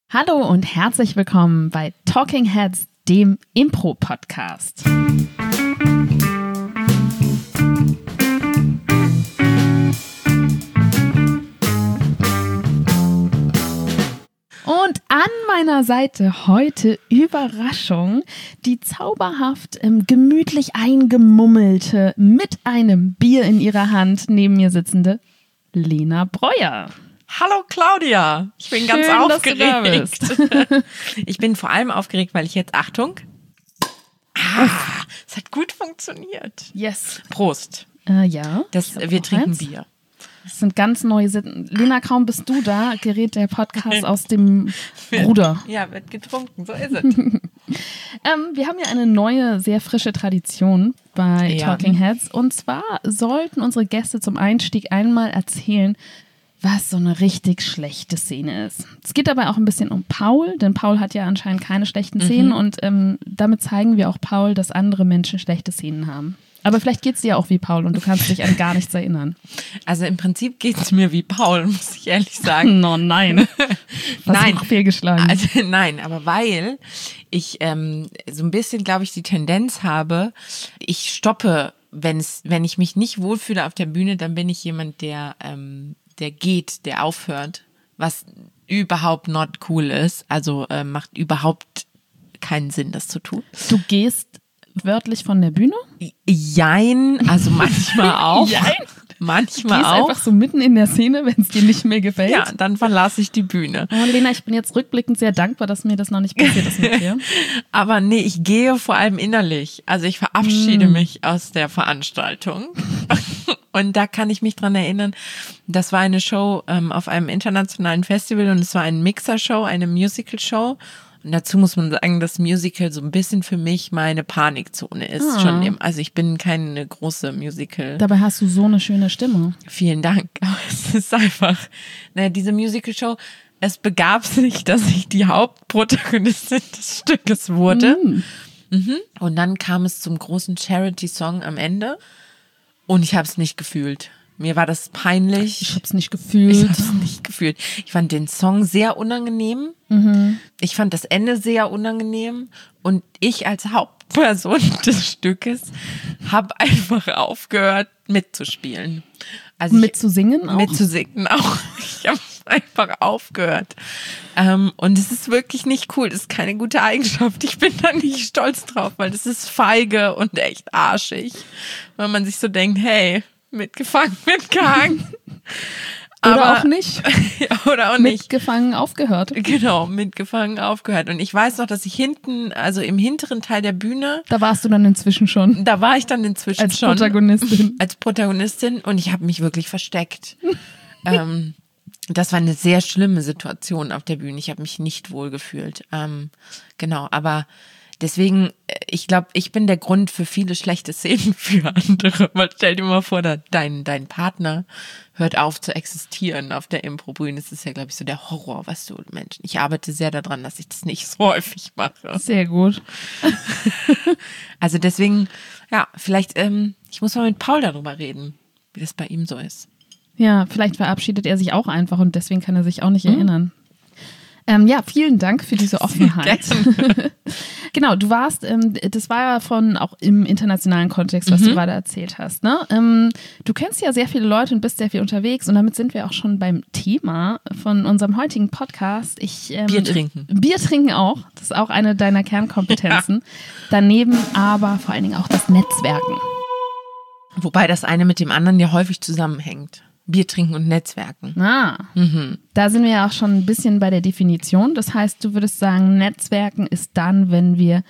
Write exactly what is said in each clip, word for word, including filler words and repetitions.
Hallo und herzlich willkommen bei Talking Heads, dem Impro-Podcast. Und an meiner Seite heute Überraschung, die zauberhaft ähm, gemütlich eingemummelte, mit einem Bier in ihrer Hand neben mir sitzende Lena Breuer. Hallo Claudia, ich bin Schön, ganz aufgeregt. Dass du da bist. Ich bin vor allem aufgeregt, weil ich jetzt, Achtung, ah, es hat gut funktioniert. Yes. Prost. Äh, ja. Das, ich wir trinken eins. Bier. Das sind ganz neue Sitten. Lena, kaum bist du da, gerät der Podcast aus dem Ruder. Ja, wird getrunken, so ist es. ähm, wir haben ja eine neue, sehr frische Tradition bei Ja. Talking Heads. Und zwar sollten unsere Gäste zum Einstieg einmal erzählen, was so eine richtig schlechte Szene ist. Es geht dabei auch ein bisschen um Paul, denn Paul hat ja anscheinend keine schlechten Szenen Mhm. und ähm, damit zeigen wir auch Paul, dass andere Menschen schlechte Szenen haben. Aber vielleicht geht es dir auch wie Paul und du kannst dich an gar nichts erinnern. Also im Prinzip geht es mir wie Paul, muss ich ehrlich sagen. No, nein. Nein. Versuch fehlgeschlagen. Also, nein, aber weil ich ähm, so ein bisschen, glaube ich, die Tendenz habe, ich stoppe, wenn's, wenn ich mich nicht wohlfühle auf der Bühne, dann bin ich jemand, der, ähm, der geht, der aufhört, was überhaupt not cool ist. Also äh, macht überhaupt keinen Sinn, das zu tun. Du gehst wörtlich von der Bühne? Jein, also manchmal auch. Jein? Manchmal Gehst auch. einfach so mitten in der Szene, wenn es dir nicht mehr gefällt? Ja, dann verlasse ich die Bühne. Oh, Lena, ich bin jetzt rückblickend sehr dankbar, dass mir das noch nicht passiert ist mit dir. Aber nee, ich gehe vor allem innerlich. Also ich verabschiede Mm. mich aus der Veranstaltung. Und da kann ich mich dran erinnern, das war eine Show ähm, auf einem internationalen Festival und es war eine Mixer-Show, eine Musical-Show. Und dazu muss man sagen, dass Musical so ein bisschen für mich meine Panikzone ist. Ah. Schon im, also ich bin keine große Musical. Dabei hast du so eine schöne Stimme. Vielen Dank. Aber es ist einfach, naja, diese Musical-Show, es begab sich, dass ich die Hauptprotagonistin des Stückes wurde. Mm. Mhm. Und dann kam es zum großen Charity-Song am Ende und ich habe es nicht gefühlt. Mir war das peinlich. Ich hab's nicht Ich gefühlt. habe es nicht gefühlt. Ich fand den Song sehr unangenehm. Mhm. Ich fand das Ende sehr unangenehm. Und ich als Hauptperson des Stückes habe einfach aufgehört mitzuspielen. Also ich- Mitzusingen auch? Mitzusingen auch. Ich habe einfach aufgehört. Ähm, und es ist wirklich nicht cool. Das ist keine gute Eigenschaft. Ich bin da nicht stolz drauf, weil das ist feige und echt arschig. Weil man sich so denkt, hey, mitgefangen, mitgehangen. Oder auch nicht. Oder auch nicht. Mitgefangen aufgehört. Genau, mitgefangen aufgehört. Und ich weiß noch, dass ich hinten, also im hinteren Teil der Bühne, Da warst du dann inzwischen schon da war ich dann inzwischen als schon. Protagonistin. Als Protagonistin und ich habe mich wirklich versteckt. ähm, das war eine sehr schlimme Situation auf der Bühne. Ich habe mich nicht wohl gefühlt. Ähm, genau, aber deswegen, äh, ich glaube, ich bin der Grund für viele schlechte Szenen für andere. Weil stell dir mal vor, da dein, dein Partner hört auf zu existieren auf der Impro-Bühne. Das ist ja, glaube ich, so der Horror, was du Menschen. Ich arbeite sehr daran, dass ich das nicht so häufig mache. Sehr gut. Also deswegen, ja, vielleicht, ähm, ich muss mal mit Paul darüber reden, wie das bei ihm so ist. Ja, vielleicht verabschiedet er sich auch einfach und deswegen kann er sich auch nicht erinnern. Ähm, ja, vielen Dank für diese Offenheit. Genau, du warst, ähm, das war ja von auch im internationalen Kontext, was Mhm. du gerade erzählt hast. Ne? Ähm, du kennst ja sehr viele Leute und bist sehr viel unterwegs und damit sind wir auch schon beim Thema von unserem heutigen Podcast. Ich, ähm, Bier trinken. Bier trinken auch, das ist auch eine deiner Kernkompetenzen. Daneben aber vor allen Dingen auch das Netzwerken. Wobei das eine mit dem anderen ja häufig zusammenhängt. Bier trinken und Netzwerken. Ah, Mhm. da sind wir ja auch schon ein bisschen bei der Definition. Das heißt, du würdest sagen, Netzwerken ist dann, wenn wir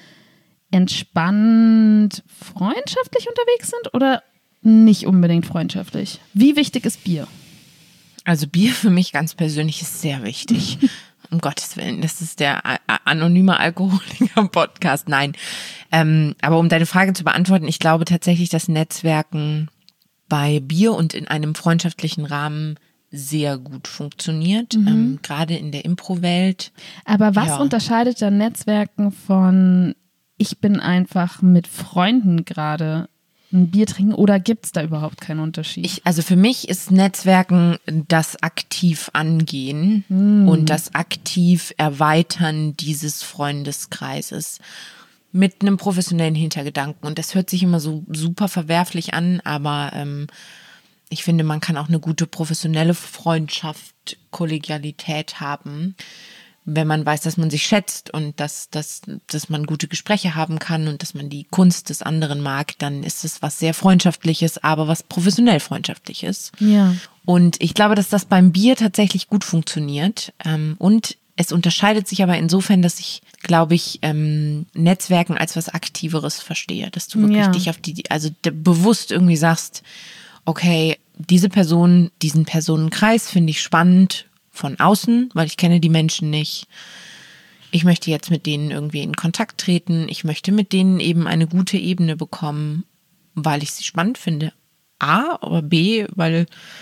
entspannt freundschaftlich unterwegs sind oder nicht unbedingt freundschaftlich? Wie wichtig ist Bier? Also Bier für mich ganz persönlich ist sehr wichtig. Um Gottes Willen, das ist der a- a- anonyme Alkoholiker-Podcast. Nein, ähm, aber um deine Frage zu beantworten, ich glaube tatsächlich, dass Netzwerken bei Bier und in einem freundschaftlichen Rahmen sehr gut funktioniert, ähm, gerade in der Impro-Welt. Aber was Ja. unterscheidet dann Netzwerken von ich bin einfach mit Freunden gerade ein Bier trinken oder gibt es da überhaupt keinen Unterschied? Ich, also für mich ist Netzwerken das aktiv angehen mm. und das aktiv erweitern dieses Freundeskreises mit einem professionellen Hintergedanken. Und das hört sich immer so super verwerflich an, aber ähm, ich finde, man kann auch eine gute professionelle Freundschaft, Kollegialität haben, wenn man weiß, dass man sich schätzt und dass, dass, dass man gute Gespräche haben kann und dass man die Kunst des anderen mag, dann ist es was sehr Freundschaftliches, aber was professionell Freundschaftliches. Ja. Und ich glaube, dass das beim Bier tatsächlich gut funktioniert. Und es unterscheidet sich aber insofern, dass ich, glaube ich, ähm, Netzwerken als was Aktiveres verstehe. Dass du wirklich ja. dich auf die, also bewusst irgendwie sagst, okay, diese Person, diesen Personenkreis finde ich spannend von außen, weil ich kenne die Menschen nicht. Ich möchte jetzt mit denen irgendwie in Kontakt treten. Ich möchte mit denen eben eine gute Ebene bekommen, weil ich sie spannend finde. A, aber B, weil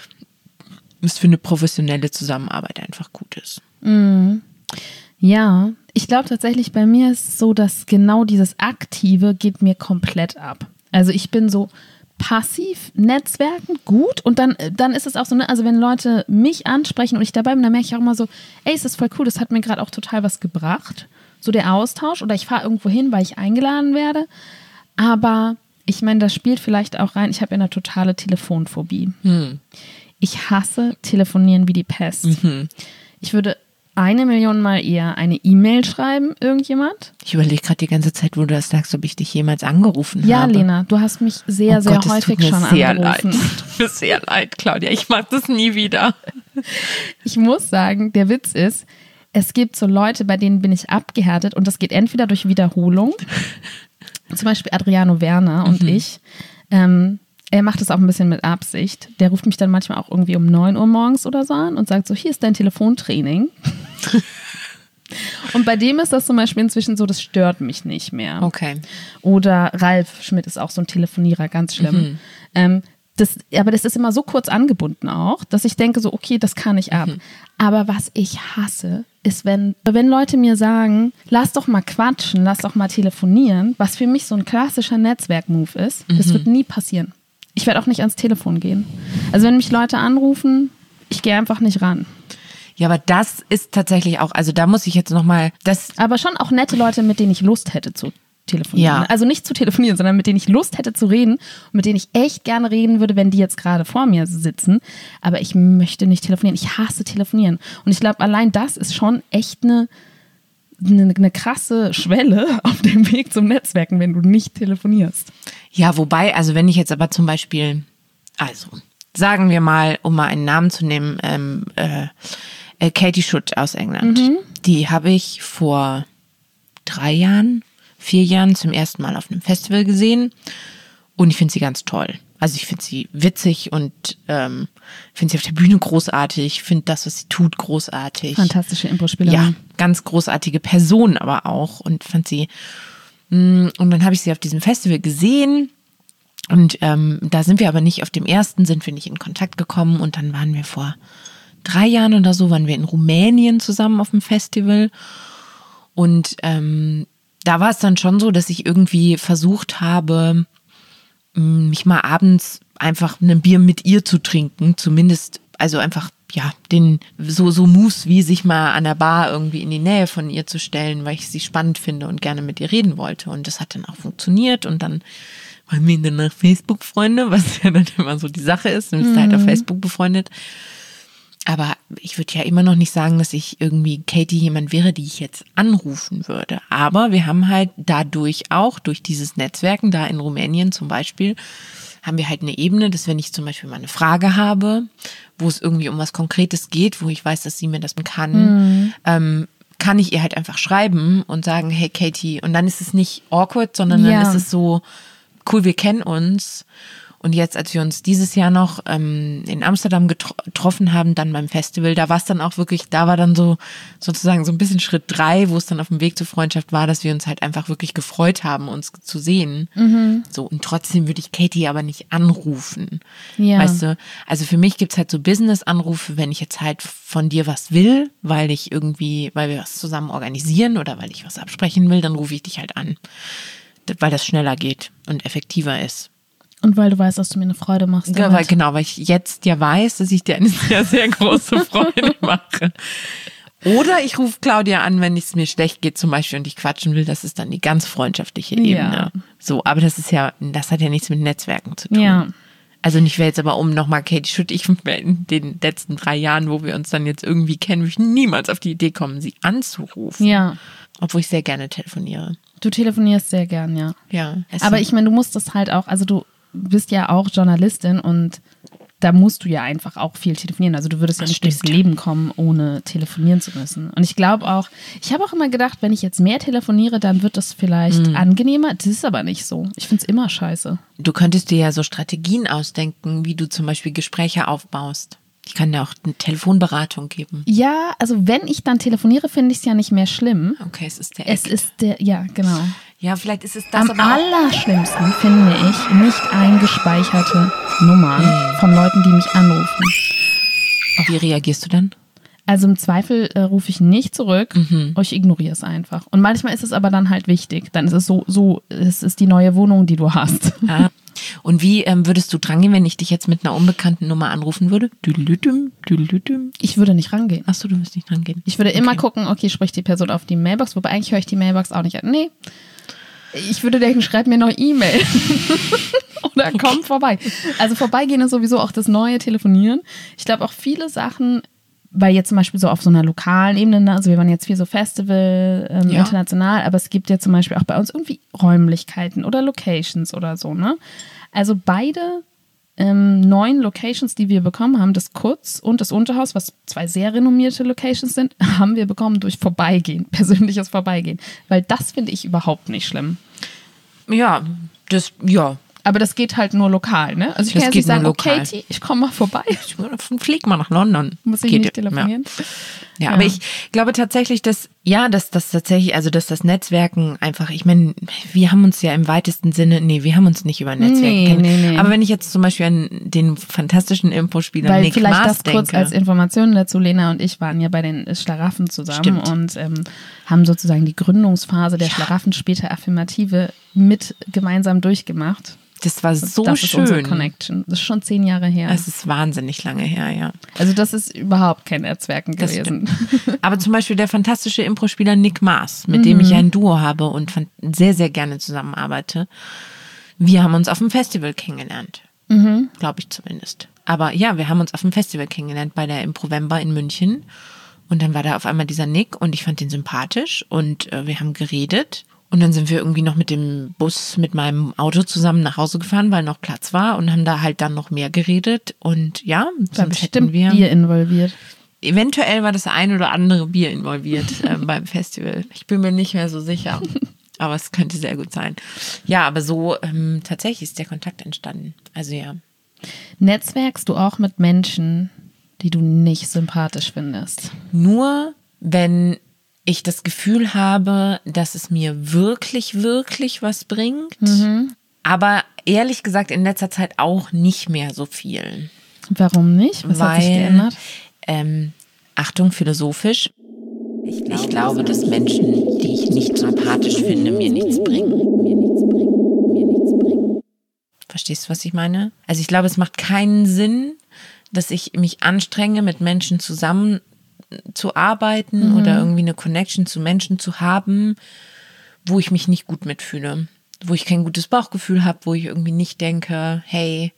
es für eine professionelle Zusammenarbeit einfach gut ist. Mhm. Ja, ich glaube tatsächlich, bei mir ist es so, dass genau dieses Aktive geht mir komplett ab. Also ich bin so passiv Netzwerken, gut, und dann, dann ist es auch so, ne, also wenn Leute mich ansprechen und ich dabei bin, dann merke ich auch immer so, ey, es ist voll cool, das hat mir gerade auch total was gebracht, so der Austausch, oder ich fahre irgendwo hin, weil ich eingeladen werde, aber ich meine, das spielt vielleicht auch rein, ich habe ja eine totale Telefonphobie. Hm. Ich hasse Telefonieren wie die Pest. Mhm. Ich würde eine Million Mal eher eine E-Mail schreiben, irgendjemand. Ich überlege gerade die ganze Zeit, wo du das sagst, ob ich dich jemals angerufen ja, habe. Ja, Lena, du hast mich sehr, oh sehr Gott, häufig schon sehr angerufen. Leid. Tut mir sehr leid, Claudia. Ich mache das nie wieder. Ich muss sagen, der Witz ist, es gibt so Leute, bei denen bin ich abgehärtet und das geht entweder durch Wiederholung, zum Beispiel Adriano Werner und mhm. ich, ähm, er macht es auch ein bisschen mit Absicht. Der ruft mich dann manchmal auch irgendwie um neun Uhr morgens oder so an und sagt so, hier ist dein Telefontraining. Und bei dem ist das zum Beispiel inzwischen so, das stört mich nicht mehr. Okay. Oder Ralf Schmidt ist auch so ein Telefonierer, ganz schlimm. Mhm. Ähm, das, aber das ist immer so kurz angebunden auch, dass ich denke so, okay, das kann ich ab. Mhm. Aber was ich hasse, ist, wenn, wenn Leute mir sagen, lass doch mal quatschen, lass doch mal telefonieren, was für mich so ein klassischer Netzwerk-Move ist, mhm. das wird nie passieren. Ich werde auch nicht ans Telefon gehen. Also wenn mich Leute anrufen, ich gehe einfach nicht ran. Ja, aber das ist tatsächlich auch, also da muss ich jetzt nochmal, das... Aber schon auch nette Leute, mit denen ich Lust hätte zu telefonieren. Ja. Also nicht zu telefonieren, sondern mit denen ich Lust hätte zu reden und mit denen ich echt gerne reden würde, wenn die jetzt gerade vor mir sitzen. Aber ich möchte nicht telefonieren. Ich hasse telefonieren. Und ich glaube, allein das ist schon echt eine, eine, eine krasse Schwelle auf dem Weg zum Netzwerken, wenn du nicht telefonierst. Ja, wobei, also wenn ich jetzt aber zum Beispiel, also sagen wir mal, um mal einen Namen zu nehmen, ähm, äh, äh, Katie Schutt aus England, mhm. die habe ich vor drei Jahren, vier Jahren zum ersten Mal auf einem Festival gesehen und ich finde sie ganz toll. Also ich finde sie witzig und ähm, finde sie auf der Bühne großartig, ich finde das, was sie tut, großartig. Fantastische Impro-Spielerin. Ja, ganz großartige Person aber auch und fand sie... Und dann habe ich sie auf diesem Festival gesehen und ähm, da sind wir aber nicht, auf dem ersten sind wir nicht in Kontakt gekommen und dann waren wir vor drei Jahren oder so, waren wir in Rumänien zusammen auf dem Festival und ähm, da war es dann schon so, dass ich irgendwie versucht habe, mich mal abends einfach ein Bier mit ihr zu trinken, zumindest, also einfach ja, den so, so Moves wie sich mal an der Bar irgendwie in die Nähe von ihr zu stellen, weil ich sie spannend finde und gerne mit ihr reden wollte. Und das hat dann auch funktioniert. Und dann waren wir danach Facebook-Freunde, was ja dann immer so die Sache ist. Du bist mhm. halt auf Facebook befreundet. Aber ich würde ja immer noch nicht sagen, dass ich irgendwie Katie jemand wäre, die ich jetzt anrufen würde. Aber wir haben halt dadurch auch, durch dieses Netzwerken, da in Rumänien zum Beispiel, haben wir halt eine Ebene, dass wenn ich zum Beispiel mal eine Frage habe, wo es irgendwie um was Konkretes geht, wo ich weiß, dass sie mir das kann, mhm. ähm, kann ich ihr halt einfach schreiben und sagen, hey Katie, und dann ist es nicht awkward, sondern ja. dann ist es so, cool, wir kennen uns. Und jetzt, als wir uns dieses Jahr noch ähm, in Amsterdam getro- getroffen haben, dann beim Festival, da war es dann auch wirklich, da war dann so sozusagen so ein bisschen Schritt drei, wo es dann auf dem Weg zur Freundschaft war, dass wir uns halt einfach wirklich gefreut haben, uns zu sehen. Mhm. So, und trotzdem würde ich Katie aber nicht anrufen. Ja. Weißt du, also für mich gibt's halt so Business-Anrufe, wenn ich jetzt halt von dir was will, weil ich irgendwie, weil wir was zusammen organisieren oder weil ich was absprechen will, dann rufe ich dich halt an. Weil das schneller geht und effektiver ist. Und weil du weißt, dass du mir eine Freude machst. Ja, weil, genau, weil ich jetzt ja weiß, dass ich dir eine sehr, sehr große Freude mache. Oder ich rufe Claudia an, wenn es mir schlecht geht zum Beispiel und ich quatschen will. Das ist dann die ganz freundschaftliche Ebene. Ja. So, aber das ist ja, das hat ja nichts mit Netzwerken zu tun. Ja. Also nicht, wäre jetzt aber um nochmal Katie Schütt, ich in den letzten drei Jahren, wo wir uns dann jetzt irgendwie kennen, würde ich niemals auf die Idee kommen, sie anzurufen. Ja. Obwohl ich sehr gerne telefoniere. Du telefonierst sehr gern, ja. Ja. Aber ich meine, du musst das halt auch, also du bist ja auch Journalistin und da musst du ja einfach auch viel telefonieren. Also du würdest ja Das nicht stimmt. durchs Leben kommen, ohne telefonieren zu müssen. Und ich glaube auch, ich habe auch immer gedacht, wenn ich jetzt mehr telefoniere, dann wird das vielleicht Mhm. angenehmer. Das ist aber nicht so. Ich finde es immer scheiße. Du könntest dir ja so Strategien ausdenken, wie du zum Beispiel Gespräche aufbaust. Ich kann dir auch eine Telefonberatung geben. Ja, also wenn ich dann telefoniere, finde ich es ja nicht mehr schlimm. Okay, es ist der Es Act. ist der, ja, genau. Ja, vielleicht ist es das Am aber auch. allerschlimmsten finde ich nicht eingespeicherte Nummern von Leuten, die mich anrufen. Wie reagierst du dann? Also im Zweifel äh, rufe ich nicht zurück, ich ignoriere es einfach. Und manchmal ist es aber dann halt wichtig. Dann ist es so, so, es ist die neue Wohnung, die du hast. Ah. Und wie ähm, würdest du drangehen, wenn ich dich jetzt mit einer unbekannten Nummer anrufen würde? Düdelüdüm, düdelüdüm. Ich würde nicht rangehen. Achso, du wirst nicht drangehen. Ich würde immer Okay. gucken, okay, spricht die Person auf die Mailbox, wobei eigentlich höre ich die Mailbox auch nicht an. Nee, ich würde denken, schreib mir noch E-Mail. Oder komm vorbei. Also vorbeigehen ist sowieso auch das neue Telefonieren. Ich glaube auch viele Sachen, weil jetzt zum Beispiel so auf so einer lokalen Ebene, ne, also wir waren jetzt viel so Festival, ähm, Ja. international, aber es gibt ja zum Beispiel auch bei uns irgendwie Räumlichkeiten oder Locations oder so, ne? Also beide ähm, neuen Locations, die wir bekommen haben, das Kutz und das Unterhaus, was zwei sehr renommierte Locations sind, haben wir bekommen durch Vorbeigehen, persönliches Vorbeigehen. Weil das finde ich überhaupt nicht schlimm. Ja, das, ja. Aber das geht halt nur lokal, ne? Also ich Das kann jetzt geht nicht sagen, nur oh lokal. Katie, ich komme mal vorbei. Flieg mal nach London. Muss ich Geht nicht ja. telefonieren? Ja, Ja. aber ich glaube tatsächlich, dass, ja, dass das tatsächlich, also dass das Netzwerken einfach, ich meine, wir haben uns ja im weitesten Sinne, nee, wir haben uns nicht über Netzwerken Nee, kennen. nee, nee. Aber wenn ich jetzt zum Beispiel an den fantastischen Infospieler Weil Nick vielleicht Maas das kurz denke. als Information dazu, Lena und ich waren ja bei den Schlaraffen zusammen Stimmt. und ähm, haben sozusagen die Gründungsphase der Schlaraffen, später Affirmative, mit gemeinsam durchgemacht. Das war so das ist unsere schön. Connection. Das ist schon zehn Jahre her. Es ist wahnsinnig lange her, ja. Also das ist überhaupt kein Netzwerken Das gewesen. Aber zum Beispiel der fantastische Impro-Spieler Nick Maas, mit dem ich ein Duo habe und fan- sehr, sehr gerne zusammenarbeite. Wir haben uns auf dem Festival kennengelernt. Mhm. Glaube ich zumindest. Aber ja, wir haben uns auf dem Festival kennengelernt bei der Improvember in München. Und dann war da auf einmal dieser Nick und ich fand den sympathisch und äh, wir haben geredet. Und dann sind wir irgendwie noch mit dem Bus, mit meinem Auto zusammen nach Hause gefahren, weil noch Platz war und haben da halt dann noch mehr geredet. Und ja, Da sonst hätten bestimmt wir... Bier involviert. Eventuell war das ein oder andere Bier involviert ähm, beim Festival. Ich bin mir nicht mehr so sicher. Aber es könnte sehr gut sein. Ja, aber so ähm, tatsächlich ist der Kontakt entstanden. Also ja. Netzwerkst du auch mit Menschen, die du nicht sympathisch findest? Nur wenn ich das Gefühl habe, dass es mir wirklich, wirklich was bringt. Aber ehrlich gesagt in letzter Zeit auch nicht mehr so viel. Warum nicht? Was hat sich Weil, geändert? Ähm, Achtung, philosophisch. Ich glaube, ich glaube, dass Menschen, die ich nicht sympathisch finde, mir nichts bringen. Mir nichts bringen. Mir nichts bringen. Verstehst du, was ich meine? Also ich glaube, es macht keinen Sinn, dass ich mich anstrenge, mit Menschen zusammen zu arbeiten Mhm. oder irgendwie eine Connection zu Menschen zu haben, wo ich mich nicht gut mitfühle. Wo ich kein gutes Bauchgefühl habe, wo ich irgendwie nicht denke, hey,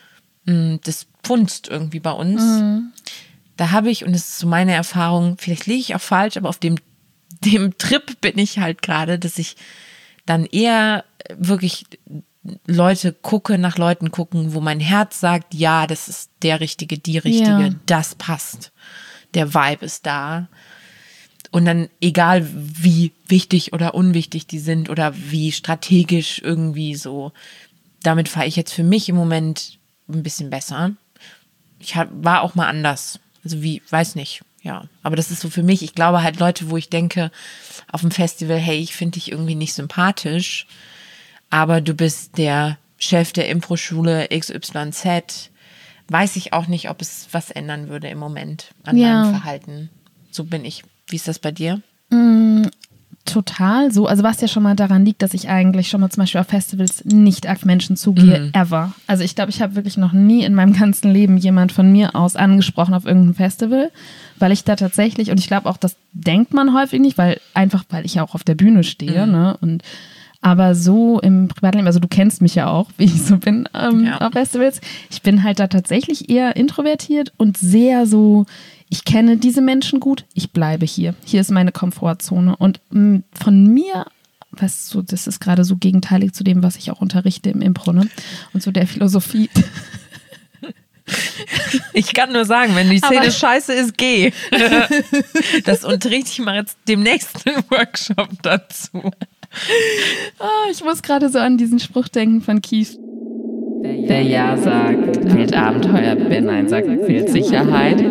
mh, das funzt irgendwie bei uns. Mhm. Da habe ich, und das ist so meine Erfahrung, vielleicht liege ich auch falsch, aber auf dem, dem Trip bin ich halt gerade, dass ich dann eher wirklich Leute gucke, nach Leuten gucken, wo mein Herz sagt, ja, das ist der Richtige, die Richtige, Ja. das passt. Der Vibe ist da. Und dann, egal wie wichtig oder unwichtig die sind oder wie strategisch irgendwie so, damit fahre ich jetzt für mich im Moment ein bisschen besser. Ich hab, war auch mal anders. Also wie, weiß nicht, ja. Aber das ist so für mich, ich glaube halt Leute, wo ich denke, auf dem Festival, hey, ich finde dich irgendwie nicht sympathisch, aber du bist der Chef der Impro-Schule X Y Z, weiß ich auch nicht, ob es was ändern würde im Moment an Ja. meinem Verhalten. So bin ich. Wie ist das bei dir? total so, also was ja schon mal daran liegt, dass ich eigentlich schon mal zum Beispiel auf Festivals nicht auf Menschen zugehe, mhm. ever. Also ich glaube, ich habe wirklich noch nie in meinem ganzen Leben jemand von mir aus angesprochen auf irgendeinem Festival, weil ich da tatsächlich, und ich glaube auch, das denkt man häufig nicht, weil einfach, weil ich ja auch auf der Bühne stehe, mhm. ne, und aber so im Privatleben, also du kennst mich ja auch, wie ich so bin ähm, ja. auf Festivals, ich bin halt da tatsächlich eher introvertiert und sehr so, ich kenne diese Menschen gut, ich bleibe hier. Hier ist meine Komfortzone. Und mh, von mir, weißt du, das ist gerade so gegenteilig zu dem, was ich auch unterrichte im Impro, ne? Und so der Philosophie. Ich kann nur sagen, wenn die Szene Aber scheiße ist, geh. Das unterrichte ich mal jetzt demnächst einen Workshop dazu. Oh, ich muss gerade so an diesen Spruch denken von Keith. Wer Ja sagt, fehlt Abenteuer, wer Nein sagt, fehlt Sicherheit.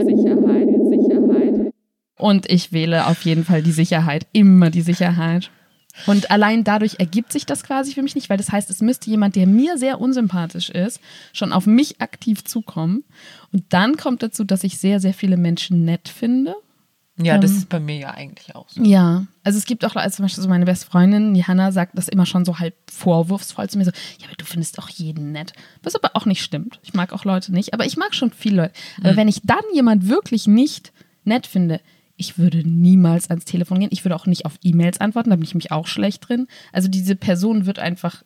Und ich wähle auf jeden Fall die Sicherheit, immer die Sicherheit. Und allein dadurch ergibt sich das quasi für mich nicht, weil das heißt, es müsste jemand, der mir sehr unsympathisch ist, schon auf mich aktiv zukommen. Und dann kommt dazu, dass ich sehr, sehr viele Menschen nett finde. Ja, das ähm, ist bei mir ja eigentlich auch so. Ja, also es gibt auch, also zum Beispiel so meine beste Freundin, die Hanna, sagt das immer schon so halb vorwurfsvoll zu mir so, ja, aber du findest auch jeden nett. Was aber auch nicht stimmt. Ich mag auch Leute nicht, aber ich mag schon viele Leute. Aber mhm. wenn ich dann jemand wirklich nicht nett finde, ich würde niemals ans Telefon gehen. Ich würde auch nicht auf E-Mails antworten, da bin ich mich auch schlecht drin. Also diese Person wird einfach,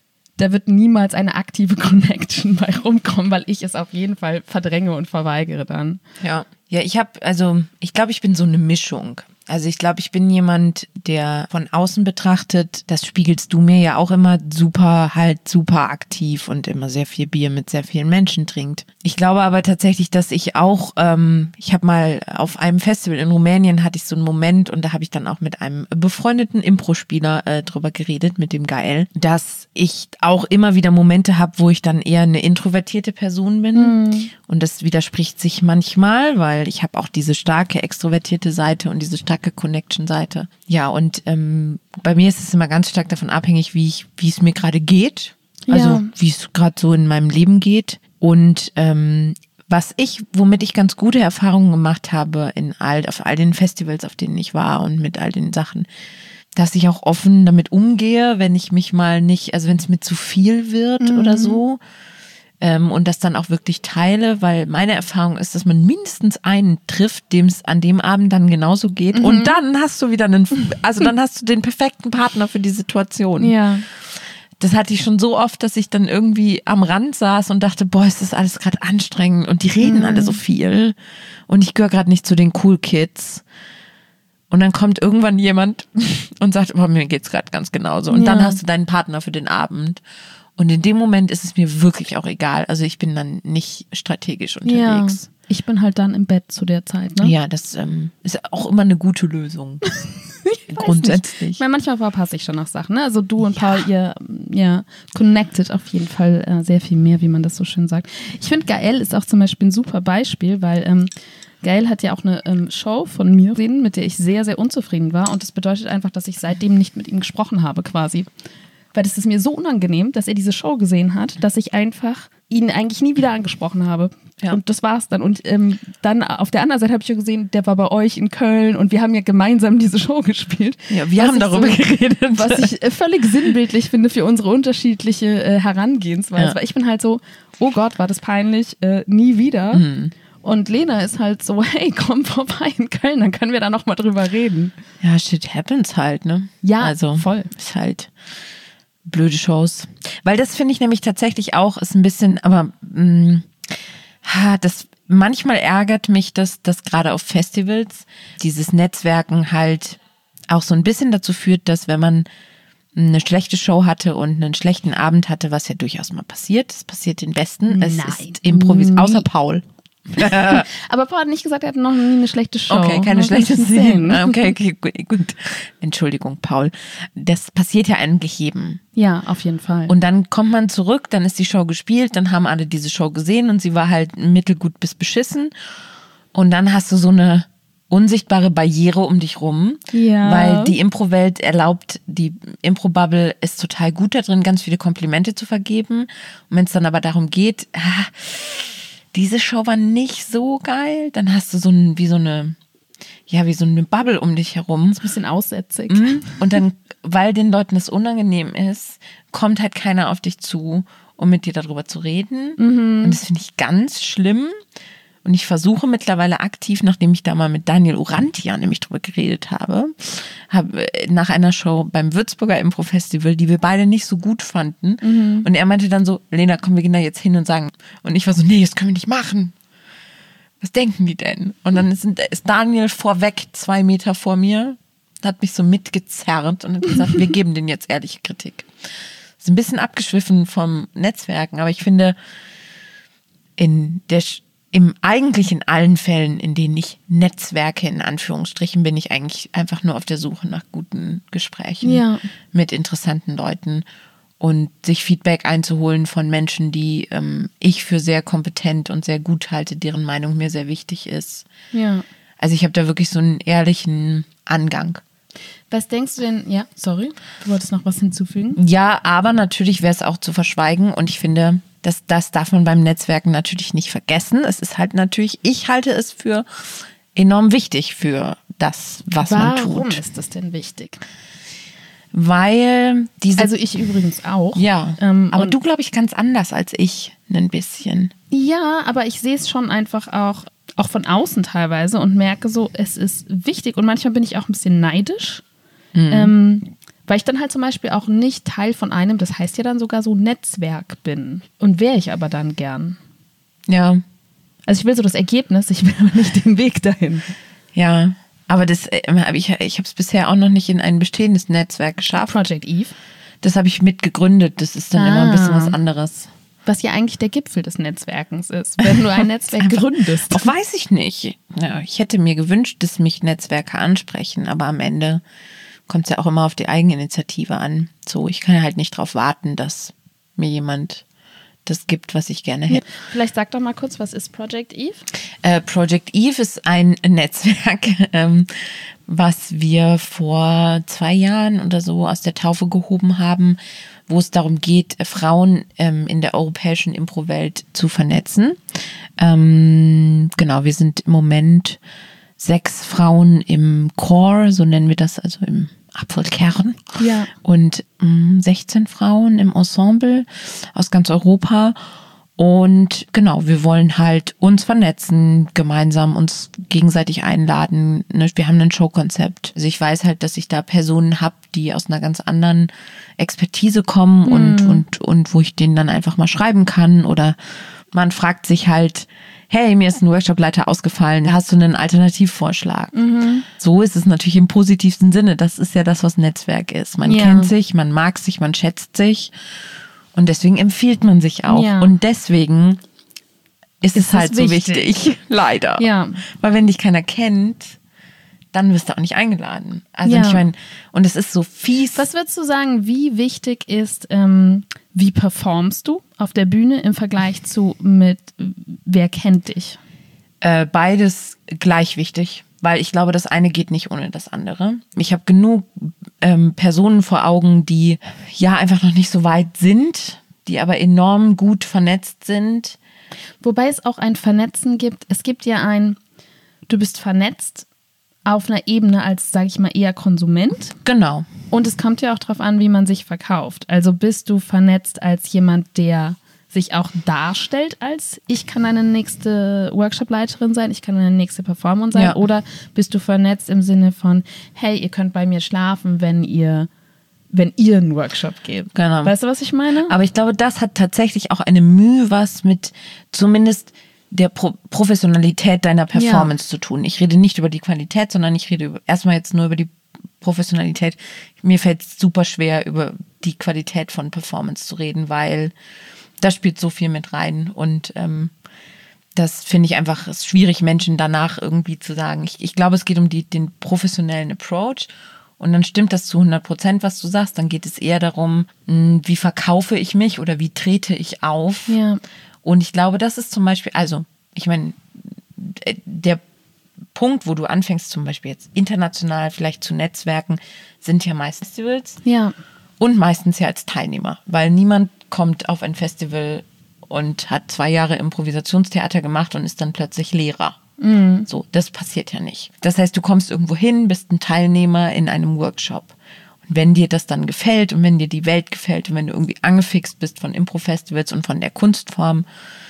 da wird niemals eine aktive Connection bei rumkommen, weil ich es auf jeden Fall verdränge und verweigere dann. Ja, ja, ich habe, also ich glaube, ich bin so eine Mischung. Also ich glaube, ich bin jemand, der von außen betrachtet, das spiegelst du mir ja auch immer, super halt super aktiv und immer sehr viel Bier mit sehr vielen Menschen trinkt. Ich glaube aber tatsächlich, dass ich auch, ähm, ich habe mal auf einem Festival in Rumänien hatte ich so einen Moment und da habe ich dann auch mit einem befreundeten Impro-Spieler äh, drüber geredet, mit dem Gael, dass ich auch immer wieder Momente habe, wo ich dann eher eine introvertierte Person bin mhm. und das widerspricht sich manchmal, weil ich habe auch diese starke extrovertierte Seite und diese starke Connection-Seite. Ja, und ähm, bei mir ist es immer ganz stark davon abhängig, wie ich, wie es mir gerade geht. Also ja. wie es gerade so in meinem Leben geht. Und ähm, was ich, womit ich ganz gute Erfahrungen gemacht habe in all, auf all den Festivals, auf denen ich war und mit all den Sachen, dass ich auch offen damit umgehe, wenn ich mich mal nicht, also wenn es mir zu viel wird mhm. oder so. Ähm, und das dann auch wirklich teile, weil meine Erfahrung ist, dass man mindestens einen trifft, dem es an dem Abend dann genauso geht. Mhm. Und dann hast du wieder einen, also dann hast du den perfekten Partner für die Situation. Ja. Das hatte ich schon so oft, dass ich dann irgendwie am Rand saß und dachte, boah, ist das alles gerade anstrengend und die reden mhm. alle so viel und ich gehöre gerade nicht zu den Cool Kids. Und dann kommt irgendwann jemand und sagt, boah, mir geht's gerade ganz genauso. Und ja. dann hast du deinen Partner für den Abend. Und in dem Moment ist es mir wirklich auch egal. Also ich bin dann nicht strategisch unterwegs. Ja, ich bin halt dann im Bett zu der Zeit, ne? Ja, das ähm, ist auch immer eine gute Lösung. Grundsätzlich. Ich meine, manchmal verpasse ich schon noch Sachen, ne? Also du und ja. Paul, ihr ja, connected auf jeden Fall äh, sehr viel mehr, wie man das so schön sagt. Ich finde, Gael ist auch zum Beispiel ein super Beispiel, weil ähm, Gael hat ja auch eine ähm, Show von mir gesehen, mit der ich sehr, sehr unzufrieden war. Und das bedeutet einfach, dass ich seitdem nicht mit ihm gesprochen habe quasi. Weil das ist mir so unangenehm, dass er diese Show gesehen hat, dass ich einfach ihn eigentlich nie wieder angesprochen habe. Ja. Und das war's dann. Und ähm, dann auf der anderen Seite habe ich ja gesehen, der war bei euch in Köln und wir haben ja gemeinsam diese Show gespielt. Ja, wir haben darüber so, geredet. Was ich äh, völlig sinnbildlich finde für unsere unterschiedliche äh, Herangehensweise. Ja. Weil ich bin halt so, oh Gott, war das peinlich, äh, nie wieder. Mhm. Und Lena ist halt so, hey, komm vorbei in Köln, dann können wir da nochmal drüber reden. Ja, shit happens halt, ne? Ja, also, voll. Ist halt blöde Shows. Weil das finde ich nämlich tatsächlich auch, ist ein bisschen, aber mh, das manchmal ärgert mich, dass das gerade auf Festivals dieses Netzwerken halt auch so ein bisschen dazu führt, dass wenn man eine schlechte Show hatte und einen schlechten Abend hatte, was ja durchaus mal passiert, das passiert den Besten, es Nein. ist improvisiert, außer Paul. Aber Paul hat nicht gesagt, er hatte noch nie eine schlechte Show. Okay, keine schlechte Szene. Okay, okay, gut. Entschuldigung, Paul. Das passiert ja eigentlich jedem. Ja, auf jeden Fall. Und dann kommt man zurück, dann ist die Show gespielt, dann haben alle diese Show gesehen und sie war halt mittelgut bis beschissen. Und dann hast du so eine unsichtbare Barriere um dich rum, ja. weil die Impro-Welt erlaubt, die Impro-Bubble ist total gut da drin, ganz viele Komplimente zu vergeben. Und wenn es dann aber darum geht, ah, diese Show war nicht so geil, dann hast du so ein, wie so eine, ja, wie so eine Bubble um dich herum. Ist ein bisschen aussätzig. Und dann, weil den Leuten das unangenehm ist, kommt halt keiner auf dich zu, um mit dir darüber zu reden. Mhm. Und das finde ich ganz schlimm. Und ich versuche mittlerweile aktiv, nachdem ich da mal mit Daniel Urantia nämlich drüber geredet habe, habe nach einer Show beim Würzburger Impro-Festival, die wir beide nicht so gut fanden. Mhm. Und er meinte dann so, Lena, komm, wir gehen da jetzt hin und sagen. Und ich war so, nee, das können wir nicht machen. Was denken die denn? Und dann ist, ist Daniel vorweg zwei Meter vor mir, hat mich so mitgezerrt und hat gesagt, wir geben denen jetzt ehrliche Kritik. Ist ein bisschen abgeschwiffen vom Netzwerken, aber ich finde, in der Im eigentlich in allen Fällen, in denen ich Netzwerke in Anführungsstrichen, bin ich eigentlich einfach nur auf der Suche nach guten Gesprächen ja. mit interessanten Leuten und sich Feedback einzuholen von Menschen, die ähm, ich für sehr kompetent und sehr gut halte, deren Meinung mir sehr wichtig ist. Ja. Also ich habe da wirklich so einen ehrlichen Angang. Was denkst du denn, ja, sorry, du wolltest noch was hinzufügen? Ja, aber natürlich wäre es auch zu verschweigen und ich finde, Das, das darf man beim Netzwerken natürlich nicht vergessen. Es ist halt natürlich, ich halte es für enorm wichtig für das, was Warum man tut. Warum ist das denn wichtig? Weil diese... Also ich übrigens auch. Ja, ähm, aber du, glaube ich, ganz anders als ich, ein bisschen. Ja, aber ich sehe es schon einfach auch, auch von außen teilweise und merke so, es ist wichtig und manchmal bin ich auch ein bisschen neidisch. Mhm. Ähm, Weil ich dann halt zum Beispiel auch nicht Teil von einem, das heißt ja dann sogar so Netzwerk bin. Und wäre ich aber dann gern. Ja. Also ich will so das Ergebnis, ich will aber nicht den Weg dahin. Ja, aber das, ich, ich habe es bisher auch noch nicht in ein bestehendes Netzwerk geschafft. Project Eve? Das habe ich mitgegründet, das ist dann ah. immer ein bisschen was anderes. Was ja eigentlich der Gipfel des Netzwerkens ist, wenn du ein Netzwerk einfach, gründest. Auch weiß ich nicht. Ja, ich hätte mir gewünscht, dass mich Netzwerke ansprechen, aber am Ende kommt es ja auch immer auf die Eigeninitiative an. So, ich kann ja halt nicht darauf warten, dass mir jemand das gibt, was ich gerne hätte. Vielleicht sag doch mal kurz, was ist Project Eve? Äh, Project Eve ist ein Netzwerk, ähm, was wir vor zwei Jahren oder so aus der Taufe gehoben haben, wo es darum geht, Frauen ähm, in der europäischen Impro-Welt zu vernetzen. Ähm, genau, wir sind im Moment sechs Frauen im Core, so nennen wir das, also im Apfelkern. Ja. Und mh, sechzehn Frauen im Ensemble aus ganz Europa. Und genau, wir wollen halt uns vernetzen, gemeinsam uns gegenseitig einladen. Wir haben ein Showkonzept. Also ich weiß halt, dass ich da Personen habe, die aus einer ganz anderen Expertise kommen mhm. und, und, und wo ich denen dann einfach mal schreiben kann. Oder man fragt sich halt, hey, mir ist ein Workshopleiter ausgefallen, hast du einen Alternativvorschlag? Mhm. So ist es natürlich im positivsten Sinne. Das ist ja das, was Netzwerk ist. Man ja. kennt sich, man mag sich, man schätzt sich und deswegen empfiehlt man sich auch. Ja. Und deswegen ist, ist es halt so wichtig, wichtig. Leider. Ja. Weil wenn dich keiner kennt, dann wirst du auch nicht eingeladen. Also ja. ich meine, und es ist so fies. Was würdest du sagen, wie wichtig ist, ähm, wie performst du auf der Bühne im Vergleich zu mit wer kennt dich? Äh, beides gleich wichtig, weil ich glaube, das eine geht nicht ohne das andere. Ich habe genug ähm, Personen vor Augen, die ja einfach noch nicht so weit sind, die aber enorm gut vernetzt sind. Wobei es auch ein Vernetzen gibt. Es gibt ja ein, du bist vernetzt auf einer Ebene als, sage ich mal, eher Konsument. Genau. Und es kommt ja auch darauf an, wie man sich verkauft. Also bist du vernetzt als jemand, der sich auch darstellt als, ich kann eine nächste Workshopleiterin sein, ich kann eine nächste Performerin sein. Ja. Oder bist du vernetzt im Sinne von, hey, ihr könnt bei mir schlafen, wenn ihr wenn ihr einen Workshop gebt. Genau. Weißt du, was ich meine? Aber ich glaube, das hat tatsächlich auch eine Mühe, was mit zumindest der Pro- Professionalität deiner Performance ja. zu tun. Ich rede nicht über die Qualität, sondern ich rede über, erstmal jetzt nur über die Professionalität. Mir fällt es super schwer, über die Qualität von Performance zu reden, weil da spielt so viel mit rein und ähm, das finde ich einfach ist schwierig, Menschen danach irgendwie zu sagen. Ich, ich glaube, es geht um die, den professionellen Approach und dann stimmt das zu hundert Prozent, was du sagst. Dann geht es eher darum, mh, wie verkaufe ich mich oder wie trete ich auf. Ja. Und ich glaube, das ist zum Beispiel, also ich meine, der Punkt, wo du anfängst, zum Beispiel jetzt international vielleicht zu netzwerken, sind ja meistens Festivals. Ja. Und meistens ja als Teilnehmer, weil niemand kommt auf ein Festival und hat zwei Jahre Improvisationstheater gemacht und ist dann plötzlich Lehrer. Mhm. So, das passiert ja nicht. Das heißt, du kommst irgendwo hin, bist ein Teilnehmer in einem Workshop. Und wenn dir das dann gefällt und wenn dir die Welt gefällt und wenn du irgendwie angefixt bist von Impro-Festivals und von der Kunstform,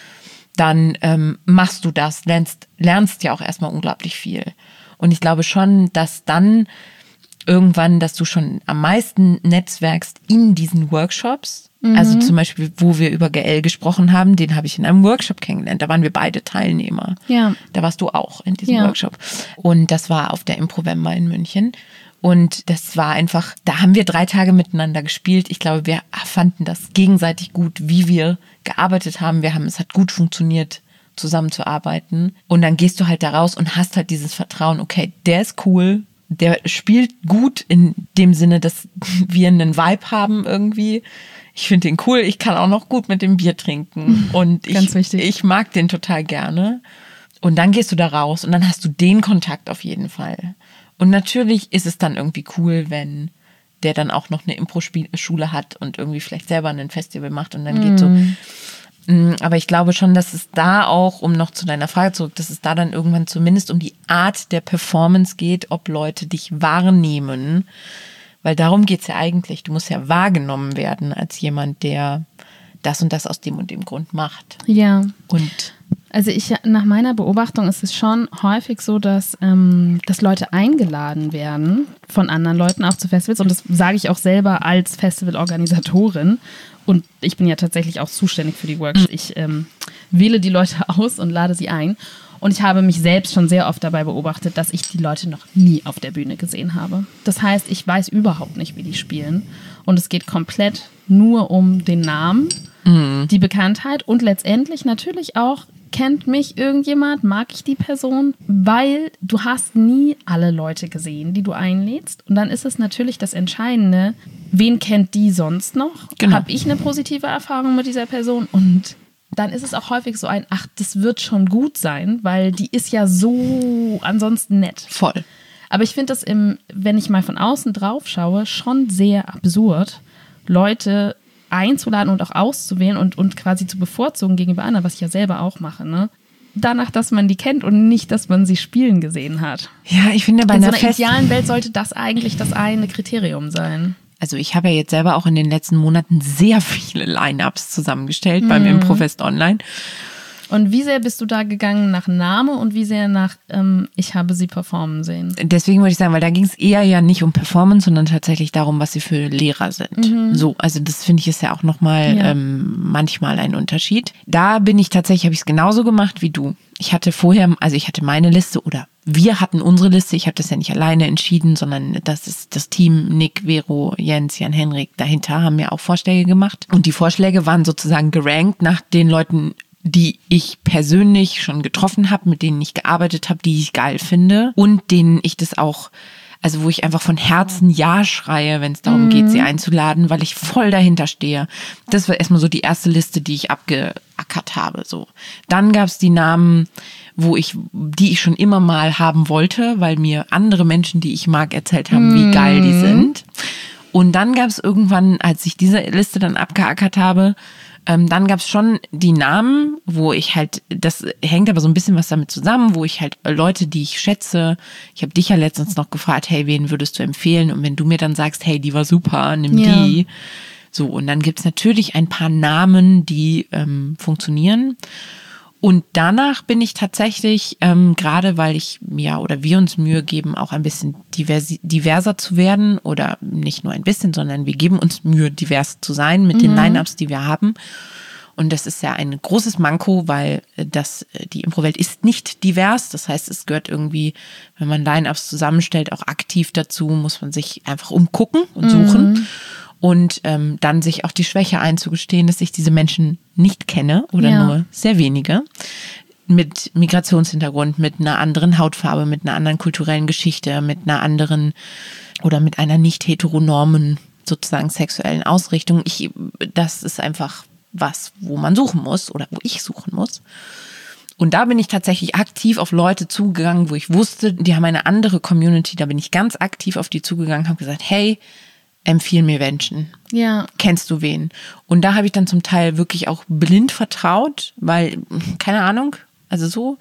dann ähm, machst du das, lernst, lernst ja auch erstmal unglaublich viel. Und ich glaube schon, dass dann irgendwann, dass du schon am meisten netzwerkst in diesen Workshops. Mhm. Also zum Beispiel, wo wir über G L gesprochen haben, den habe ich in einem Workshop kennengelernt. Da waren wir beide Teilnehmer. Ja. Da warst du auch in diesem ja. Workshop. Und das war auf der Improvember in München. Und das war einfach, da haben wir drei Tage miteinander gespielt. Ich glaube, wir fanden das gegenseitig gut, wie wir gearbeitet haben. Wir haben, es hat gut funktioniert, zusammenzuarbeiten. Und dann gehst du halt da raus und hast halt dieses Vertrauen, okay, der ist cool, der spielt gut in dem Sinne, dass wir einen Vibe haben irgendwie. Ich finde den cool, ich kann auch noch gut mit dem Bier trinken. Und ich, ich mag den total gerne. Und dann gehst du da raus und dann hast du den Kontakt auf jeden Fall. Und natürlich ist es dann irgendwie cool, wenn der dann auch noch eine Impro-Schule hat und irgendwie vielleicht selber ein Festival macht und dann mm. geht so. Aber ich glaube schon, dass es da auch, um noch zu deiner Frage zurück, dass es da dann irgendwann zumindest um die Art der Performance geht, ob Leute dich wahrnehmen. Weil darum geht es ja eigentlich. Du musst ja wahrgenommen werden als jemand, der das und das aus dem und dem Grund macht. Ja. Und also ich, nach meiner Beobachtung ist es schon häufig so, dass, ähm, dass Leute eingeladen werden von anderen Leuten auch zu Festivals. Und das sage ich auch selber als Festivalorganisatorin. Und ich bin ja tatsächlich auch zuständig für die Workshops. Ich ähm, wähle die Leute aus und lade sie ein. Und ich habe mich selbst schon sehr oft dabei beobachtet, dass ich die Leute noch nie auf der Bühne gesehen habe. Das heißt, ich weiß überhaupt nicht, wie die spielen. Und es geht komplett nur um den Namen, mhm. die Bekanntheit und letztendlich natürlich auch, kennt mich irgendjemand, mag ich die Person, weil du hast nie alle Leute gesehen, die du einlädst. Und dann ist es natürlich das Entscheidende, wen kennt die sonst noch? Genau. Habe ich eine positive Erfahrung mit dieser Person? Und dann ist es auch häufig so ein, ach, das wird schon gut sein, weil die ist ja so ansonsten nett. Voll. Aber ich finde das, im, wenn ich mal von außen drauf schaue, schon sehr absurd, Leute einzuladen und auch auszuwählen und, und quasi zu bevorzugen gegenüber anderen, was ich ja selber auch mache, ne? Danach, dass man die kennt und nicht, dass man sie spielen gesehen hat. Ja, ich finde, bei in einer, so einer idealen Welt sollte das eigentlich das eine Kriterium sein. Also ich habe ja jetzt selber auch in den letzten Monaten sehr viele Line-Ups zusammengestellt mhm. beim Improfest Online. Und wie sehr bist du da gegangen nach Name und wie sehr nach ähm, ich habe sie performen sehen? Deswegen würde ich sagen, weil da ging es eher ja nicht um Performance, sondern tatsächlich darum, was sie für Lehrer sind. Mhm. So, also das finde ich ist ja auch nochmal ja. ähm, manchmal ein Unterschied. Da bin ich tatsächlich, habe ich es genauso gemacht wie du. Ich hatte vorher, also ich hatte meine Liste oder wir hatten unsere Liste. Ich habe das ja nicht alleine entschieden, sondern das ist das Team Nick, Vero, Jens, Jan-Henrik dahinter haben ja auch Vorschläge gemacht. Und die Vorschläge waren sozusagen gerankt nach den Leuten, die ich persönlich schon getroffen habe, mit denen ich gearbeitet habe, die ich geil finde und denen ich das auch, also wo ich einfach von Herzen Ja schreie, wenn es darum mhm. geht, sie einzuladen, weil ich voll dahinter stehe. Das war erstmal so die erste Liste, die ich abgeackert habe. So. Dann gab es die Namen, wo ich, die ich schon immer mal haben wollte, weil mir andere Menschen, die ich mag, erzählt haben, mhm. wie geil die sind. Und dann gab es irgendwann, als ich diese Liste dann abgeackert habe, Ähm, dann gab es schon die Namen, wo ich halt, das hängt aber so ein bisschen was damit zusammen, wo ich halt Leute, die ich schätze, ich habe dich ja letztens noch gefragt, hey, wen würdest du empfehlen? Und wenn du mir dann sagst, hey, die war super, nimm ja. die. So, und dann gibt es natürlich ein paar Namen, die ähm, funktionieren. Und danach bin ich tatsächlich, ähm, gerade weil ich, ja, oder wir uns Mühe geben, auch ein bisschen diversi- diverser zu werden oder nicht nur ein bisschen, sondern wir geben uns Mühe, divers zu sein mit mhm. den Line-Ups, die wir haben. Und das ist ja ein großes Manko, weil das, die Impro-Welt ist nicht divers. Das heißt, es gehört irgendwie, wenn man Line-Ups zusammenstellt, auch aktiv dazu, muss man sich einfach umgucken und suchen. Mhm. Und ähm, dann sich auch die Schwäche einzugestehen, dass ich diese Menschen nicht kenne oder ja. nur sehr wenige. Mit Migrationshintergrund, mit einer anderen Hautfarbe, mit einer anderen kulturellen Geschichte, mit einer anderen oder mit einer nicht heteronormen sozusagen sexuellen Ausrichtung. Ich, das ist einfach was, wo man suchen muss oder wo ich suchen muss. Und da bin ich tatsächlich aktiv auf Leute zugegangen, wo ich wusste, die haben eine andere Community. Da bin ich ganz aktiv auf die zugegangen, habe gesagt, hey, empfiehl mir Menschen. Ja. Kennst du wen? Und da habe ich dann zum Teil wirklich auch blind vertraut, weil, keine Ahnung, also so,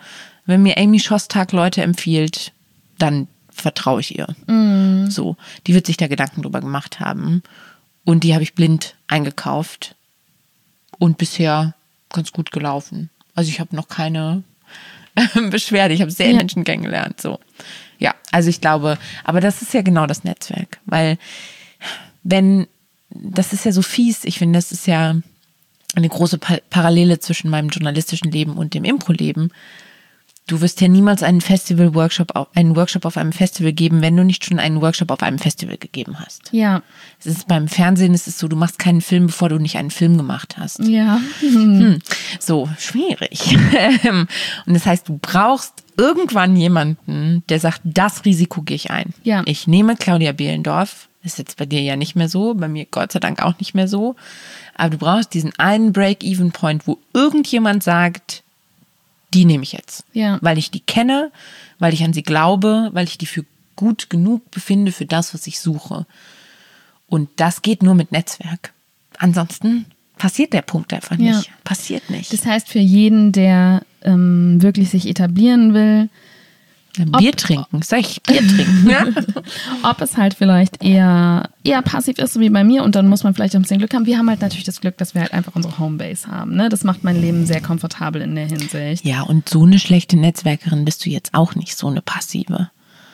Wenn mir Amy Shostak Leute empfiehlt, dann vertraue ich ihr. Mm. So, die wird sich da Gedanken drüber gemacht haben. Und die habe ich blind eingekauft. Und bisher ganz gut gelaufen. Also ich habe noch keine Beschwerde. Ich habe sehr Ja. Menschen kennengelernt. So. Ja, also ich glaube, aber das ist ja genau das Netzwerk. Weil wenn, das ist ja so fies, ich finde, das ist ja eine große pa- Parallele zwischen meinem journalistischen Leben und dem Impro-Leben. Du wirst ja niemals einen Festival-Workshop, auf- einen Workshop auf einem Festival geben, wenn du nicht schon einen Workshop auf einem Festival gegeben hast. Ja. Es ist beim Fernsehen ist es so, du machst keinen Film, bevor du nicht einen Film gemacht hast. Ja. Hm. So, schwierig. Und das heißt, du brauchst irgendwann jemanden, der sagt, das Risiko gehe ich ein. Ja. Ich nehme Claudia Behlendorf, ist jetzt bei dir ja nicht mehr so, bei mir Gott sei Dank auch nicht mehr so, aber du brauchst diesen einen Break-Even-Point, wo irgendjemand sagt, die nehme ich jetzt. Ja. Weil ich die kenne, weil ich an sie glaube, weil ich die für gut genug befinde für das, was ich suche. Und das geht nur mit Netzwerk. Ansonsten passiert der Punkt einfach nicht. Ja. Passiert nicht. Das heißt, für jeden, der ähm, wirklich sich etablieren will, Bier trinken, sag ich, Bier trinken. Ja? ob es halt vielleicht eher, eher passiv ist, so wie bei mir, und dann muss man vielleicht ein bisschen Glück haben. Wir haben halt natürlich das Glück, dass wir halt einfach unsere Homebase haben. Ne? Das macht mein Leben sehr komfortabel in der Hinsicht. Ja, und so eine schlechte Netzwerkerin bist du jetzt auch nicht, so eine passive.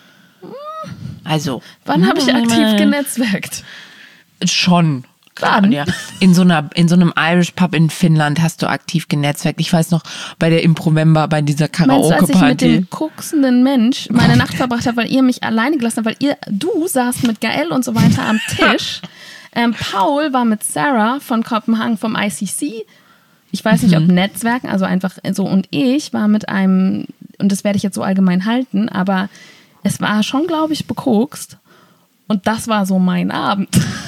Also. Wann habe ich aktiv genetzwerkt? Schon. Wann? Ja. In so einer, in so einem Irish Pub in Finnland hast du aktiv genetzwerkt. Ich weiß noch, bei der Improvember, bei dieser Meinst du, als ich mit Karaoke-Party. dem koksenden Mensch meine Nacht verbracht habe, weil ihr mich alleine gelassen habt, weil ihr, du saßt mit Gael und so weiter am Tisch. Ähm, Paul war mit Sarah von Kopenhagen vom I C C. Ich weiß nicht, ob Netzwerken, also einfach so. Und ich war mit einem, und das werde ich jetzt so allgemein halten, aber es war schon, glaube ich, bekokst. Und das war so mein Abend.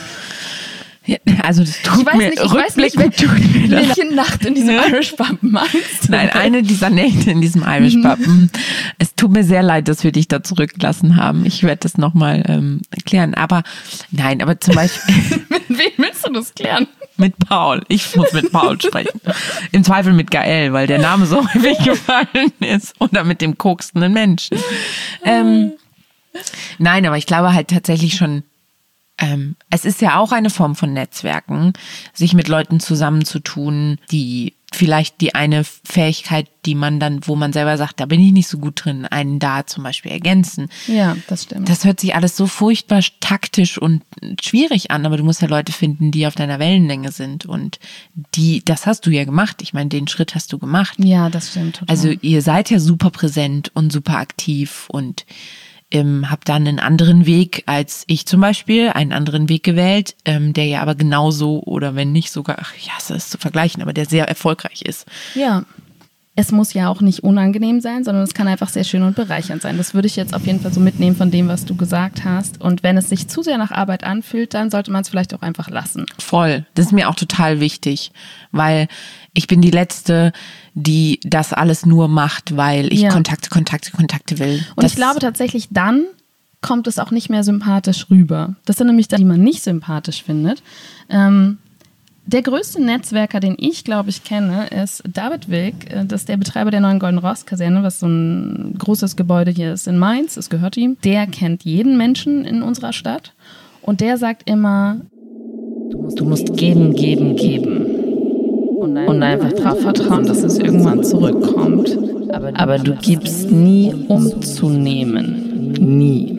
Ja, also das tut Ich weiß mir nicht, ich weiß nicht, rückblickend tut mir das. welche Nacht in diesem Irish Pub meinst du? Nein, eine dieser Nächte in diesem Irish Pub. Es tut mir sehr leid, dass wir dich da zurückgelassen haben. Ich werde das nochmal ähm, klären. Aber nein, aber zum Beispiel Mit wem willst du das klären? mit Paul. Ich muss mit Paul sprechen. Im Zweifel mit Gael, weil der Name so häufig gefallen ist. Oder mit dem kokstenden Menschen. Ähm, nein, aber ich glaube halt tatsächlich schon, Ähm, es ist ja auch eine Form von Netzwerken, sich mit Leuten zusammenzutun, die vielleicht die eine Fähigkeit, die man dann, wo man selber sagt, da bin ich nicht so gut drin, einen da zum Beispiel ergänzen. Ja, das stimmt. Das hört sich alles so furchtbar taktisch und schwierig an, aber du musst ja Leute finden, die auf deiner Wellenlänge sind und die, das hast du ja gemacht. Ich meine, den Schritt hast du gemacht. Ja, das stimmt total. Also ihr seid ja super präsent und super aktiv und ähm, habt dann einen anderen Weg als ich zum Beispiel, einen anderen Weg gewählt, ähm, der ja aber genauso oder wenn nicht sogar, ach ja, es ist zu vergleichen, aber der sehr erfolgreich ist. Ja. Es muss ja auch nicht unangenehm sein, sondern es kann einfach sehr schön und bereichernd sein. Das würde ich jetzt auf jeden Fall so mitnehmen von dem, was du gesagt hast. Und wenn es sich zu sehr nach Arbeit anfühlt, dann sollte man es vielleicht auch einfach lassen. Voll. Das ist mir auch total wichtig, weil ich bin die Letzte, die das alles nur macht, weil ich Ja. Kontakte, Kontakte, Kontakte will. Und das ich glaube tatsächlich, dann kommt es auch nicht mehr sympathisch rüber. Das sind nämlich die, die man nicht sympathisch findet. Ähm, Der größte Netzwerker, den ich, glaube ich, kenne, ist David Wilk. Das ist der Betreiber der neuen Golden Ross Kaserne, was so ein großes Gebäude hier ist in Mainz. Es gehört ihm. Der kennt jeden Menschen in unserer Stadt. Und der sagt immer, Du musst geben, geben, geben. und einfach darauf vertrauen, dass es irgendwann zurückkommt. Aber du gibst nie, um zu nehmen. Nie.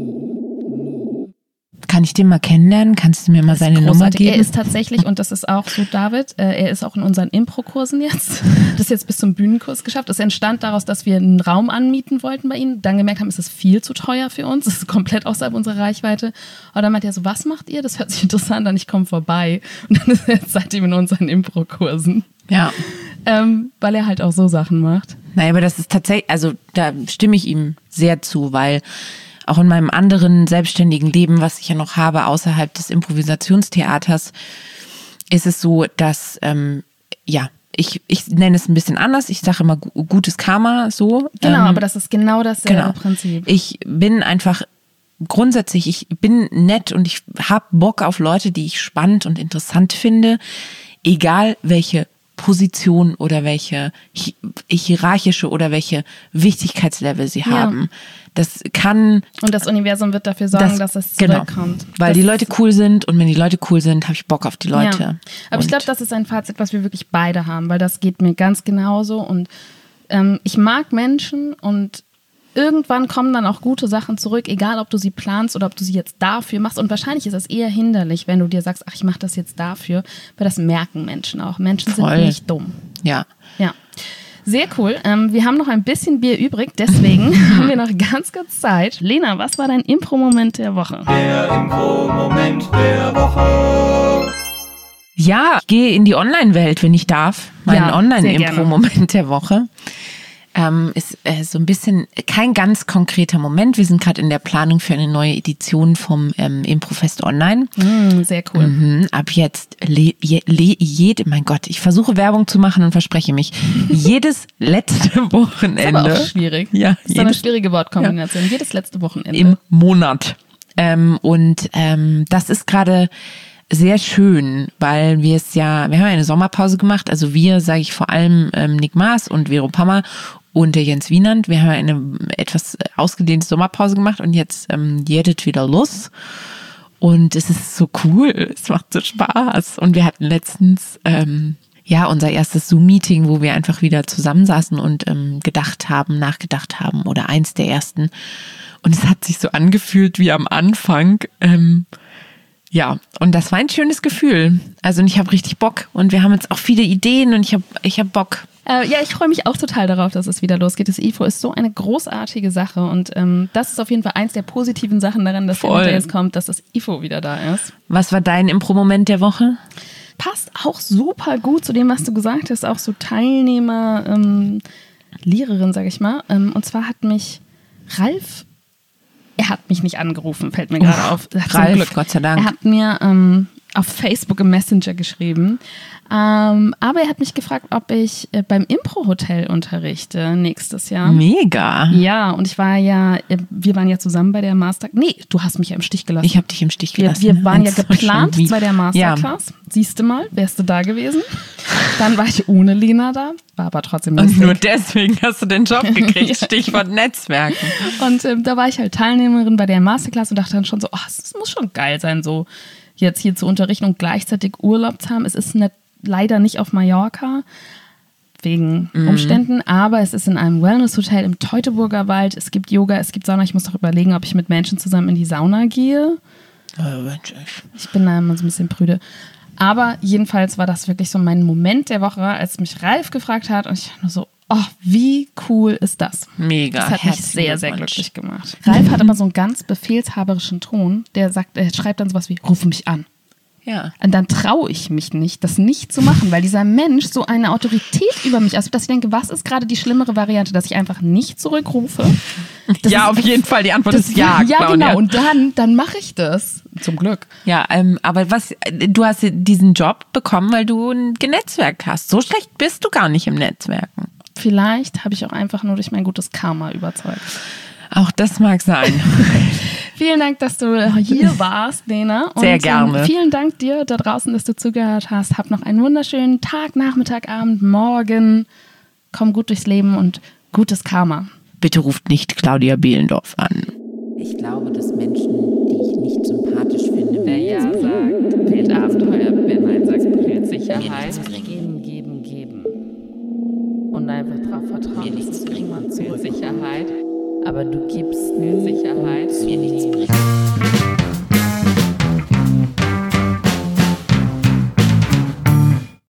Kann ich den mal kennenlernen? Kannst du mir mal seine Nummer Großartig. geben? Er ist tatsächlich, und das ist auch so David, äh, er ist auch in unseren Impro-Kursen jetzt. Das ist jetzt bis zum Bühnenkurs geschafft. Es entstand daraus, dass wir einen Raum anmieten wollten bei ihm. Dann gemerkt haben, es ist viel zu teuer für uns. Es ist komplett außerhalb unserer Reichweite. Und dann meint er so, was macht ihr? Das hört sich interessant an, ich komme vorbei. Und dann ist er jetzt seitdem in unseren Impro-Kursen. Ja. Ähm, weil er halt auch so Sachen macht. Naja, aber das ist tatsächlich, also da stimme ich ihm sehr zu, weil auch in meinem anderen selbstständigen Leben, was ich ja noch habe, außerhalb des Improvisationstheaters, ist es so, dass, ähm, ja, ich, ich nenne es ein bisschen anders. Ich sage immer gu- gutes Karma, so. Genau, ähm, aber das ist genau dasselbe genau. Prinzip. Ich bin einfach grundsätzlich, ich bin nett und ich habe Bock auf Leute, die ich spannend und interessant finde, egal welche Position oder welche hi- hierarchische oder welche Wichtigkeitslevel sie Ja. haben. Das kann, Und das Universum wird dafür sorgen, Das- dass es genau. zurückkommt. weil das, die Leute cool sind und wenn die Leute cool sind, habe ich Bock auf die Leute. Ja. Aber ich Und- glaube, das ist ein Fazit, was wir wirklich beide haben, weil das geht mir ganz genauso. Und ähm, ich mag Menschen und irgendwann kommen dann auch gute Sachen zurück, egal ob du sie planst oder ob du sie jetzt dafür machst. Und wahrscheinlich ist es eher hinderlich, wenn du dir sagst, ach, ich mache das jetzt dafür, weil das merken Menschen auch. Menschen Voll. sind nicht dumm. Ja. Ja. Sehr cool. Ähm, wir haben noch ein bisschen Bier übrig, deswegen haben wir noch ganz kurz Zeit. Lena, was war dein Impro-Moment der Woche? Der Impro-Moment der Woche. Ja, ich gehe in die Online-Welt, wenn ich darf. Mein Ja, sehr Online-Impro-Moment der Woche ähm, ist äh, so ein bisschen kein ganz konkreter Moment. Wir sind gerade in der Planung für eine neue Edition vom ähm, Improfest Online. Mm, sehr cool. Mhm, ab jetzt, le, je, le, jede, mein Gott, ich versuche Werbung zu machen und verspreche mich. Jedes letzte Wochenende. Aber auch schwierig. Ja, Das ist eine jedes, schwierige Wortkombination. Jedes letzte Wochenende. im Monat. Ähm, und ähm, das ist gerade sehr schön, weil wir es ja, wir haben eine Sommerpause gemacht, also wir, sage ich vor allem ähm, Nick Maas und Vero Pammer und der Jens Wienand, wir haben eine etwas ausgedehnte Sommerpause gemacht und jetzt ähm, jedet wieder los und es ist so cool, es macht so Spaß und wir hatten letztens ähm, ja unser erstes Zoom-Meeting, wo wir einfach wieder zusammensaßen und ähm, gedacht haben, nachgedacht haben oder eins der ersten und es hat sich so angefühlt wie am Anfang, ähm, ja, und das war ein schönes Gefühl. Also und ich habe richtig Bock und wir haben jetzt auch viele Ideen und ich habe ich hab Bock. Äh, ja, ich freue mich auch total darauf, dass es wieder losgeht. Das I F O ist so eine großartige Sache und ähm, das ist auf jeden Fall eins der positiven Sachen daran, dass Voll. der jetzt kommt, dass das I F O wieder da ist. Was war dein Impro-Moment der Woche? Passt auch super gut zu dem, was du gesagt hast, auch so Teilnehmer, ähm, Lehrerin, sag ich mal. Ähm, und zwar hat mich Ralf, er hat mich nicht angerufen, fällt mir gerade auf. Zum Ralf, Glück. Gott sei Dank. Er hat mir ähm, auf Facebook im Messenger geschrieben. Ähm, aber er hat mich gefragt, ob ich äh, beim Impro-Hotel unterrichte nächstes Jahr. Mega. Ja, und ich war ja, äh, wir waren ja zusammen bei der Master... Nee, du hast mich ja im Stich gelassen. Ich habe dich im Stich wir, gelassen. wir waren ja Das war geplant schon wie- bei der Masterclass. Siehst du mal, wärst du da gewesen. Dann war ich ohne Lena da, war aber trotzdem Und lustig. nur deswegen hast du den Job gekriegt. Ja. Stichwort Netzwerken. Und ähm, da war ich halt Teilnehmerin bei der Masterclass und dachte dann schon so, oh, es muss schon geil sein, so jetzt hier zu unterrichten und gleichzeitig Urlaub zu haben. Es ist nicht, leider nicht auf Mallorca, wegen Mhm. Umständen, aber es ist in einem Wellness-Hotel im Teutoburger Wald. Es gibt Yoga, es gibt Sauna. Ich muss doch überlegen, ob ich mit Menschen zusammen in die Sauna gehe. Ich bin da immer so ein bisschen prüde. Aber jedenfalls war das wirklich so mein Moment der Woche, als mich Ralf gefragt hat und ich nur so, oh, wie cool ist das? Mega. Das hat mich Herzlichen sehr, sehr Glückwunsch. glücklich gemacht. Ralf hat aber so einen ganz befehlshaberischen Ton, der sagt, er schreibt dann sowas wie, ruf mich an. Ja. Und dann traue ich mich nicht, das nicht zu machen, weil dieser Mensch so eine Autorität über mich ausübt, dass ich denke, was ist gerade die schlimmere Variante, dass ich einfach nicht zurückrufe? Das Ja, ist- auf jeden Fall. Die Antwort Das, ist ja, ja, Claudia. genau. Und dann, dann mache ich das. Zum Glück. Ja, ähm, aber was, du hast diesen Job bekommen, weil du ein Netzwerk hast. So schlecht bist du gar nicht im Netzwerken. Vielleicht habe ich auch einfach nur durch mein gutes Karma überzeugt. Auch das mag sein. Vielen Dank, dass du hier warst, Lena. Und, Sehr gerne. Ähm, vielen Dank dir da draußen, dass du zugehört hast. Hab noch einen wunderschönen Tag, Nachmittag, Abend, Morgen. Komm gut durchs Leben und gutes Karma. Bitte ruft nicht Claudia Behlendorf an. Ich glaube, dass Menschen, die ich nicht sympathisch finde, wer ja sagt, wählt Abenteuer, wer nein sagt, wählt Sicherheit. Geben, geben, geben. Und einfach drauf vertrauen, Mir dass nichts es bringt. irgendwann zur Sicherheit. Aber du gibst mir Sicherheit. Mir nichts bringt.